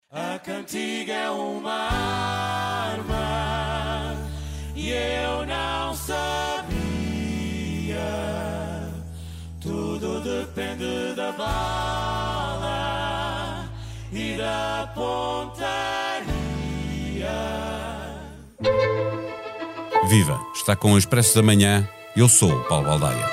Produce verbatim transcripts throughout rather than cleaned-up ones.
A cantiga é uma arma e eu não sabia. Tudo depende da bala e da pontaria. Viva! Está com o Expresso da Manhã. Eu sou o Paulo Baldaia.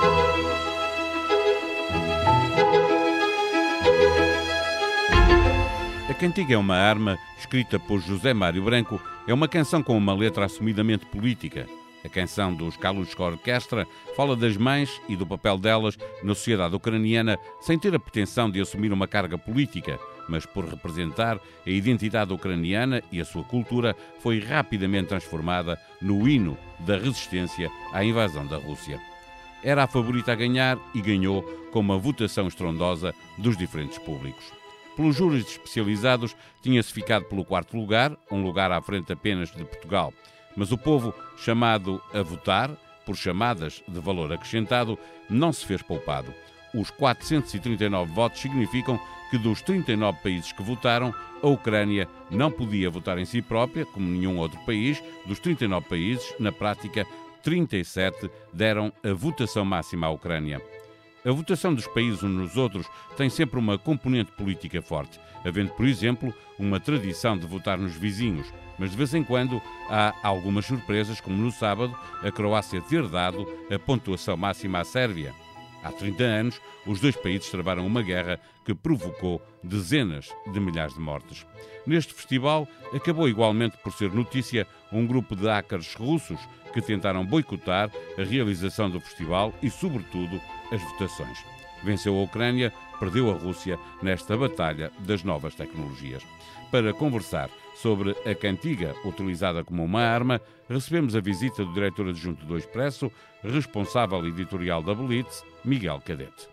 A Cantiga é uma arma, escrita por José Mário Branco, é uma canção com uma letra assumidamente política. A canção dos Kaluska Orquestra fala das mães e do papel delas na sociedade ucraniana, sem ter a pretensão de assumir uma carga política, mas por representar a identidade ucraniana e a sua cultura, foi rapidamente transformada no hino da resistência à invasão da Rússia. Era a favorita a ganhar e ganhou com uma votação estrondosa dos diferentes públicos. Pelos júris especializados, tinha-se ficado pelo quarto lugar, um lugar à frente apenas de Portugal. Mas o povo, chamado a votar, por chamadas de valor acrescentado, não se fez poupado. Os quatrocentos e trinta e nove votos significam que dos trinta e nove países que votaram, a Ucrânia não podia votar em si própria, como nenhum outro país. Dos trinta e nove países, na prática, trinta e sete deram a votação máxima à Ucrânia. A votação dos países uns nos outros tem sempre uma componente política forte, havendo, por exemplo, uma tradição de votar nos vizinhos, mas de vez em quando há algumas surpresas, como no sábado, a Croácia ter dado a pontuação máxima à Sérvia. Há trinta anos, os dois países travaram uma guerra que provocou dezenas de milhares de mortes. Neste festival, acabou igualmente por ser notícia um grupo de hackers russos que tentaram boicotar a realização do festival e, sobretudo, as votações. Venceu a Ucrânia, perdeu a Rússia nesta batalha das novas tecnologias. Para conversar sobre a cantiga utilizada como uma arma, recebemos a visita do diretor adjunto do Expresso, responsável editorial da Blitz, Miguel Cadete.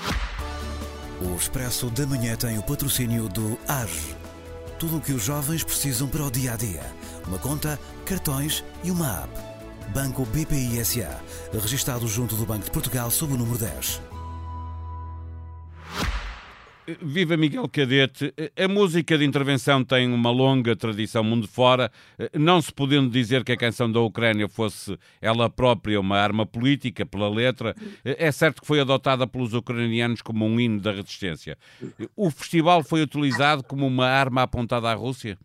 O Expresso da Manhã tem o patrocínio do A G. Tudo o que os jovens precisam para o dia-a-dia. Uma conta, cartões e uma app. Banco B P I S A, registado junto do Banco de Portugal sob o número dez. Viva Miguel Cadete. A música de intervenção tem uma longa tradição mundo fora, não se podendo dizer que a canção da Ucrânia fosse ela própria uma arma política pela letra. É certo que foi adotada pelos ucranianos como um hino da resistência. O festival foi utilizado como uma arma apontada à Rússia?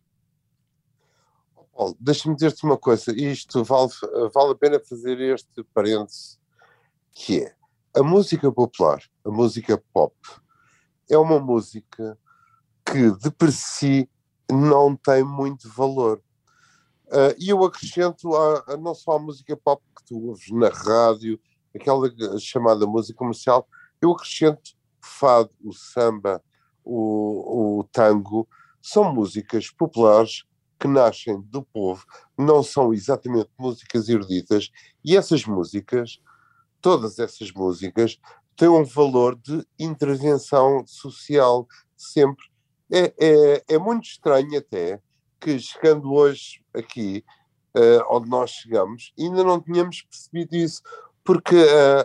Paulo, deixa-me dizer-te uma coisa, isto vale, vale a pena fazer este parêntese, que é a música popular, a música pop, é uma música que de per si não tem muito valor. Uh, e eu acrescento a, a não só a música pop que tu ouves na rádio, aquela chamada música comercial, eu acrescento o fado, o samba, o, o tango, são músicas populares que nascem do povo, não são exatamente músicas eruditas, e essas músicas, todas essas músicas, têm um valor de intervenção social, sempre. É, é, é muito estranho até que, chegando hoje aqui, uh, onde nós chegamos, ainda não tínhamos percebido isso, porque, uh,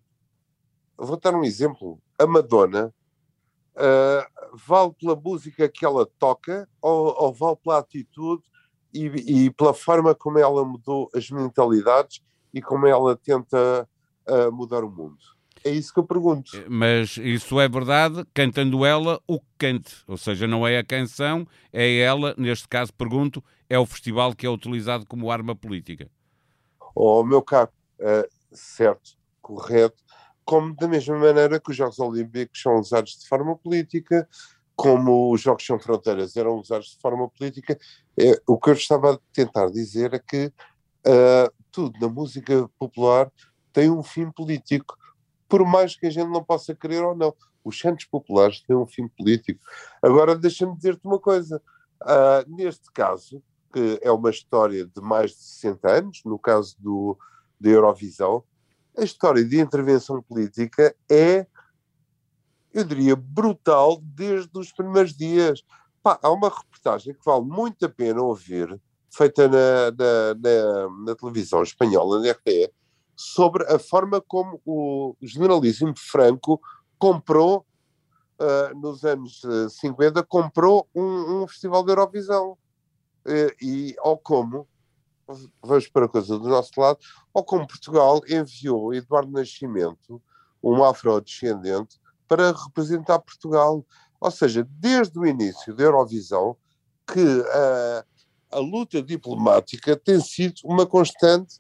vou dar um exemplo, a Madonna, Uh, vale pela música que ela toca ou, ou vale pela atitude e, e pela forma como ela mudou as mentalidades e como ela tenta uh, mudar o mundo? É isso que eu pergunto. Mas isso é verdade, cantando ela o que cante, ou seja, não é a canção, é ela, neste caso pergunto, é o festival que é utilizado como arma política. Oh, meu caro, uh, certo, correto, como da mesma maneira que os Jogos Olímpicos são usados de forma política, como os Jogos Sem Fronteiras eram usados de forma política. É, o que eu estava a tentar dizer é que uh, tudo na música popular tem um fim político, por mais que a gente não possa querer ou não. Os santos populares têm um fim político. Agora, deixa-me dizer-te uma coisa. Uh, neste caso, que é uma história de mais de sessenta anos, no caso do, da Eurovisão, a história de intervenção política é, eu diria, brutal desde os primeiros dias. Pá, há uma reportagem que vale muito a pena ouvir, feita na, na, na, na televisão espanhola, na R T E, sobre a forma como o generalíssimo Franco comprou uh, nos anos uh, cinquenta, comprou um, um festival da Eurovisão. Uh, e, ou como, vamos para a coisa do nosso lado, ou como Portugal enviou Eduardo Nascimento, um afrodescendente, para representar Portugal. Ou seja, desde o início da Eurovisão, que uh, a luta diplomática tem sido uma constante.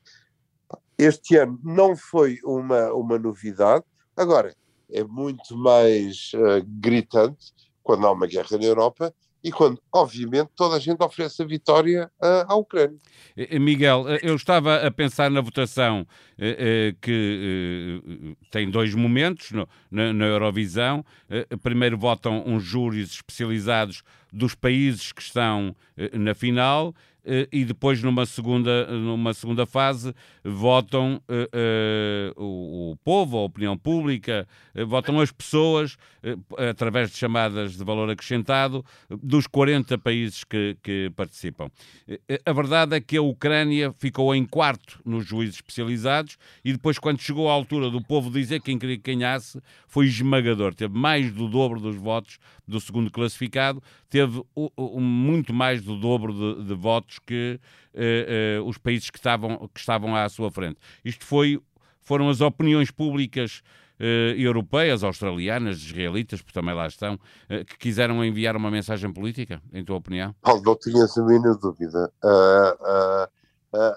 Este ano não foi uma, uma novidade. Agora, é muito mais uh, gritante quando há uma guerra na Europa e quando, obviamente, toda a gente oferece a vitória uh, à Ucrânia. Miguel, eu estava a pensar na votação uh, uh, que uh, tem dois momentos no, na, na Eurovisão. Uh, primeiro votam uns júris especializados dos países que estão uh, na final. Uh, e depois, numa segunda, numa segunda fase, votam uh, uh, o, o povo, a opinião pública, uh, votam as pessoas, uh, através de chamadas de valor acrescentado, dos quarenta países que, que participam. Uh, a verdade é que a Ucrânia ficou em quarto nos juízes especializados e depois, quando chegou à altura do povo dizer quem queria que ganhasse, foi esmagador. Teve mais do dobro dos votos do segundo classificado, teve uh, uh, muito mais do dobro de, de votos que uh, uh, os países que estavam, que estavam à sua frente. Isto foi, foram as opiniões públicas uh, europeias, australianas, israelitas, porque também lá estão, uh, que quiseram enviar uma mensagem política, em tua opinião? Paulo, não tinhas a mínima dúvida. Uh, uh, uh,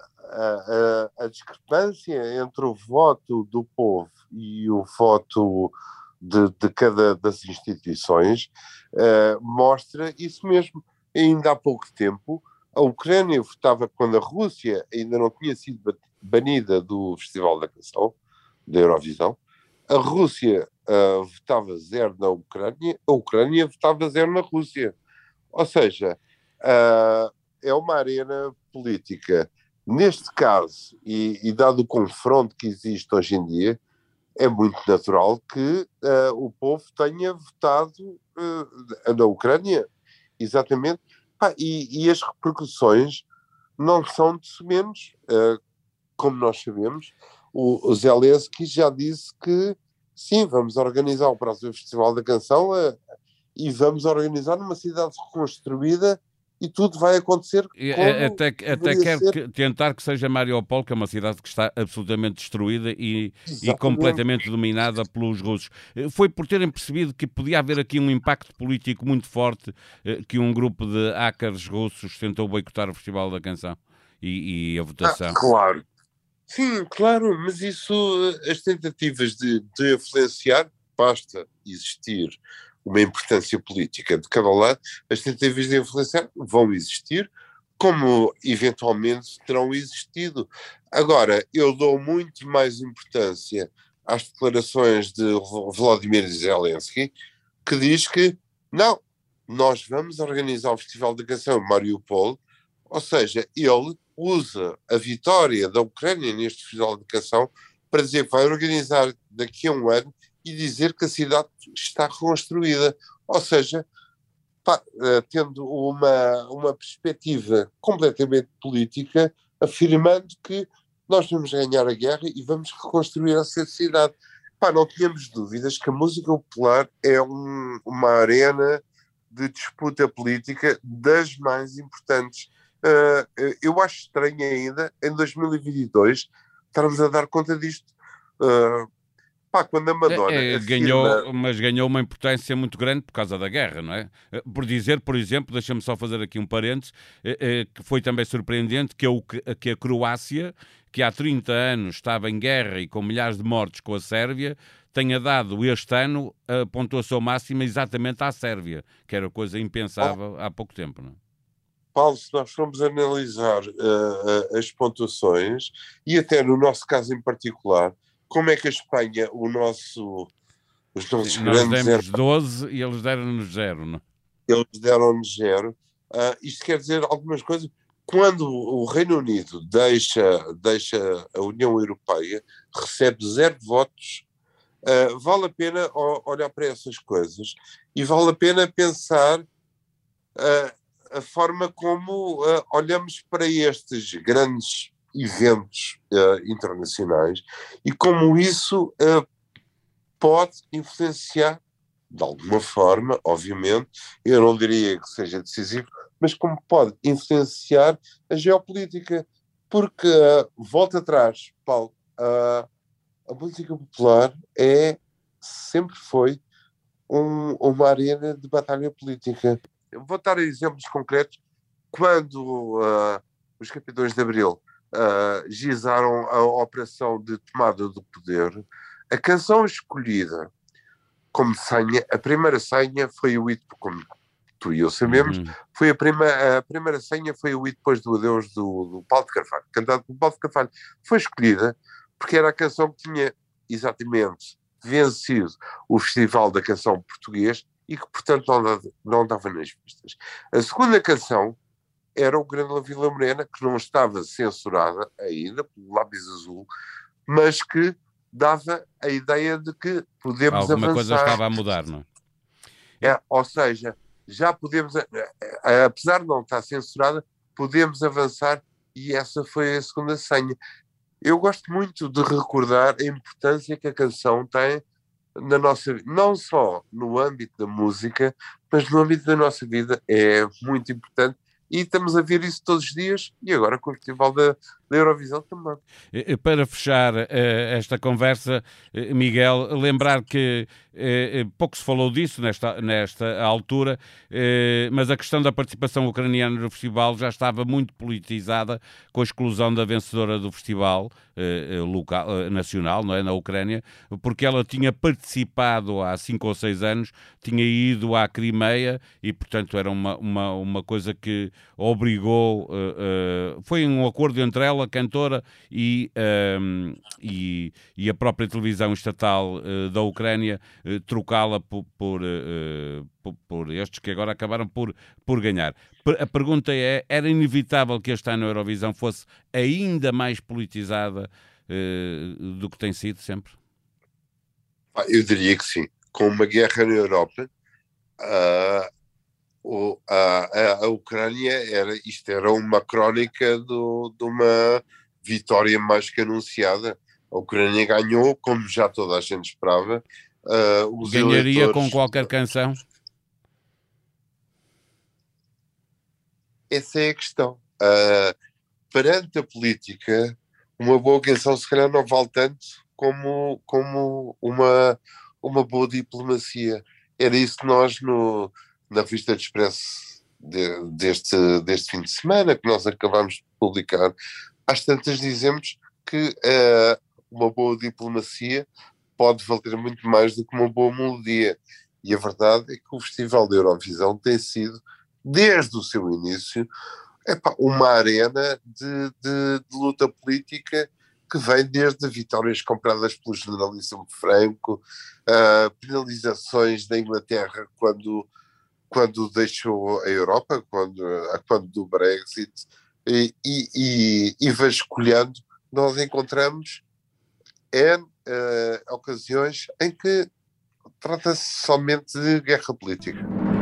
uh, uh, a discrepância entre o voto do povo e o voto de, de cada das instituições uh, mostra isso mesmo. Ainda há pouco tempo, a Ucrânia votava quando a Rússia ainda não tinha sido banida do Festival da Canção, da Eurovisão. A Rússia uh, votava zero na Ucrânia, a Ucrânia votava zero na Rússia. Ou seja, uh, é uma arena política. Neste caso, e, e dado o confronto que existe hoje em dia, é muito natural que uh, o povo tenha votado uh, na Ucrânia, exatamente. Ah, e, e as repercussões não são de menos. Uh, como nós sabemos, o, o Zelensky já disse que sim, vamos organizar o próximo Festival da Canção uh, e vamos organizar numa cidade reconstruída e tudo vai acontecer e, como até, até quer que, tentar que seja Mariupol, que é uma cidade que está absolutamente destruída e, e completamente dominada pelos russos. Foi por terem percebido que podia haver aqui um impacto político muito forte que um grupo de hackers russos tentou boicotar o Festival da Canção e, e a votação. Ah, claro. Sim, claro, mas isso, as tentativas de, de influenciar, basta existir uma importância política de cada lado, as tentativas de influenciar vão existir, como eventualmente terão existido. Agora, eu dou muito mais importância às declarações de Volodymyr Zelensky, que diz que, não, nós vamos organizar o Festival da Canção em Mariupol, ou seja, ele usa a vitória da Ucrânia neste Festival da Canção para dizer que vai organizar daqui a um ano e dizer que a cidade está reconstruída. Ou seja, pá, tendo uma, uma perspectiva completamente política, afirmando que nós vamos ganhar a guerra e vamos reconstruir essa cidade. Pá, não tínhamos dúvidas que a música popular é um, uma arena de disputa política das mais importantes. Uh, eu acho estranho ainda, em dois mil e vinte e dois, estarmos a dar conta disto. Uh, Pá, quando a Madonna é, é, afirma... ganhou, mas ganhou uma importância muito grande por causa da guerra, não é? Por dizer, por exemplo, deixa-me só fazer aqui um parênteses, é, é, que foi também surpreendente que a, que a Croácia, que há trinta anos estava em guerra e com milhares de mortos com a Sérvia, tenha dado este ano a pontuação máxima exatamente à Sérvia, que era coisa impensável oh. há pouco tempo, não é? Paulo, se nós formos analisar uh, uh, as pontuações, e até no nosso caso em particular, como é que a Espanha, o nosso, os nossos Sim, grandes... Nós demos doze e eles deram-nos zero, não? Eles deram-nos zero. Uh, isto quer dizer algumas coisas. Quando o Reino Unido deixa, deixa a União Europeia, recebe zero votos, uh, vale a pena olhar para essas coisas e vale a pena pensar uh, a forma como uh, olhamos para estes grandes eventos uh, internacionais e como isso uh, pode influenciar de alguma forma, obviamente, eu não diria que seja decisivo, mas como pode influenciar a geopolítica. Porque, uh, volta atrás, Paulo, uh, a música popular é, sempre foi um, uma arena de batalha política. Eu vou dar exemplos concretos. Quando uh, os Capitães de Abril uh, gizaram a operação de tomada do poder, a canção escolhida como senha, a primeira senha foi o hit, como tu e eu sabemos, uhum. foi a, prima, a primeira senha foi o hit depois do adeus do, do Paulo de Carvalho, cantado por Paulo de Carvalho. Foi escolhida porque era a canção que tinha exatamente vencido o Festival da Canção Português e que, portanto, não dava, não dava nas vistas. A segunda canção era o Grande Vila Morena, que não estava censurada ainda pelo Lápis Azul, mas que dava a ideia de que podemos Alguma avançar. Coisa estava a mudar, não é? É, ou seja, já podemos, apesar de não estar censurada, podemos avançar, e essa foi a segunda senha. Eu gosto muito de recordar a importância que a canção tem na nossa vida, não só no âmbito da música, mas no âmbito da nossa vida. É muito importante. E estamos a ver isso todos os dias, e agora com o Festival da, da Eurovisão também. Para fechar uh, esta conversa, uh, Miguel, lembrar que uh, pouco se falou disso nesta, nesta altura, uh, mas a questão da participação ucraniana no festival já estava muito politizada com a exclusão da vencedora do festival uh, local, uh, nacional, não é, na Ucrânia, porque ela tinha participado há cinco ou seis anos, tinha ido à Crimeia e, portanto, era uma, uma, uma coisa que obrigou, uh, uh, foi um acordo entre ela, a cantora, e, um, e, e a própria televisão estatal uh, da Ucrânia, uh, trocá-la por, por, uh, por, por estes que agora acabaram por, por ganhar. A pergunta é, era inevitável que este ano a Eurovisão fosse ainda mais politizada uh, do que tem sido sempre? Eu diria que sim. Com uma guerra na Europa, uh... O, a, a Ucrânia era, isto era uma crónica do, de uma vitória mais que anunciada. A Ucrânia ganhou, como já toda a gente esperava. Uh, os Ganharia eleitores... com qualquer canção? Essa é a questão. Uh, perante a política, uma boa canção se calhar não vale tanto como, como uma, uma boa diplomacia. Era isso que nós no... na revista de Expresso de, deste, deste fim de semana, que nós acabamos de publicar, às tantas dizemos que uh, uma boa diplomacia pode valer muito mais do que uma boa melodia. E a verdade é que o Festival da Eurovisão tem sido, desde o seu início, epá, uma arena de, de, de luta política que vem desde vitórias compradas pelo generalíssimo Franco, uh, penalizações da Inglaterra quando quando deixou a Europa, quando, quando do Brexit, e, e, e, e vasculhando, nós encontramos N uh, ocasiões em que trata-se somente de guerra política.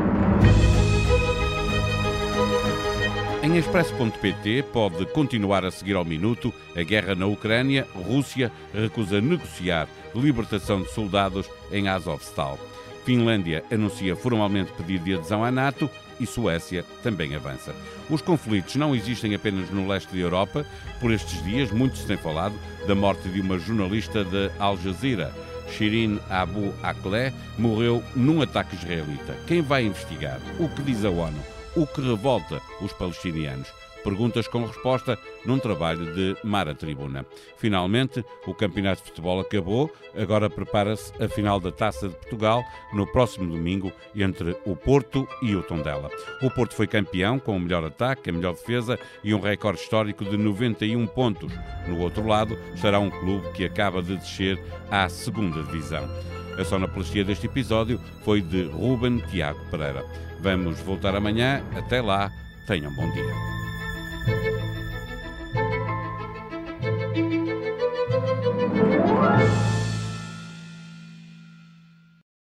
Em expresso ponto pt pode continuar a seguir ao minuto a guerra na Ucrânia. Rússia recusa negociar libertação de soldados em Azovstal. Finlândia anuncia formalmente pedido de adesão à NATO e Suécia também avança. Os conflitos não existem apenas no leste da Europa. Por estes dias, muito se tem falado da morte de uma jornalista da Al Jazeera. Shirin Abu Akleh morreu num ataque israelita. Quem vai investigar? O que diz a ONU? O que revolta os palestinianos? Perguntas com resposta num trabalho de Mara Tribuna. Finalmente, o campeonato de futebol acabou. Agora prepara-se a final da Taça de Portugal no próximo domingo entre o Porto e o Tondela. O Porto foi campeão com o melhor ataque, a melhor defesa e um recorde histórico de noventa e um pontos. No outro lado, estará um clube que acaba de descer à segunda divisão. A sonoplastia deste episódio foi de Ruben Tiago Pereira. Vamos voltar amanhã. Até lá, tenham um bom dia.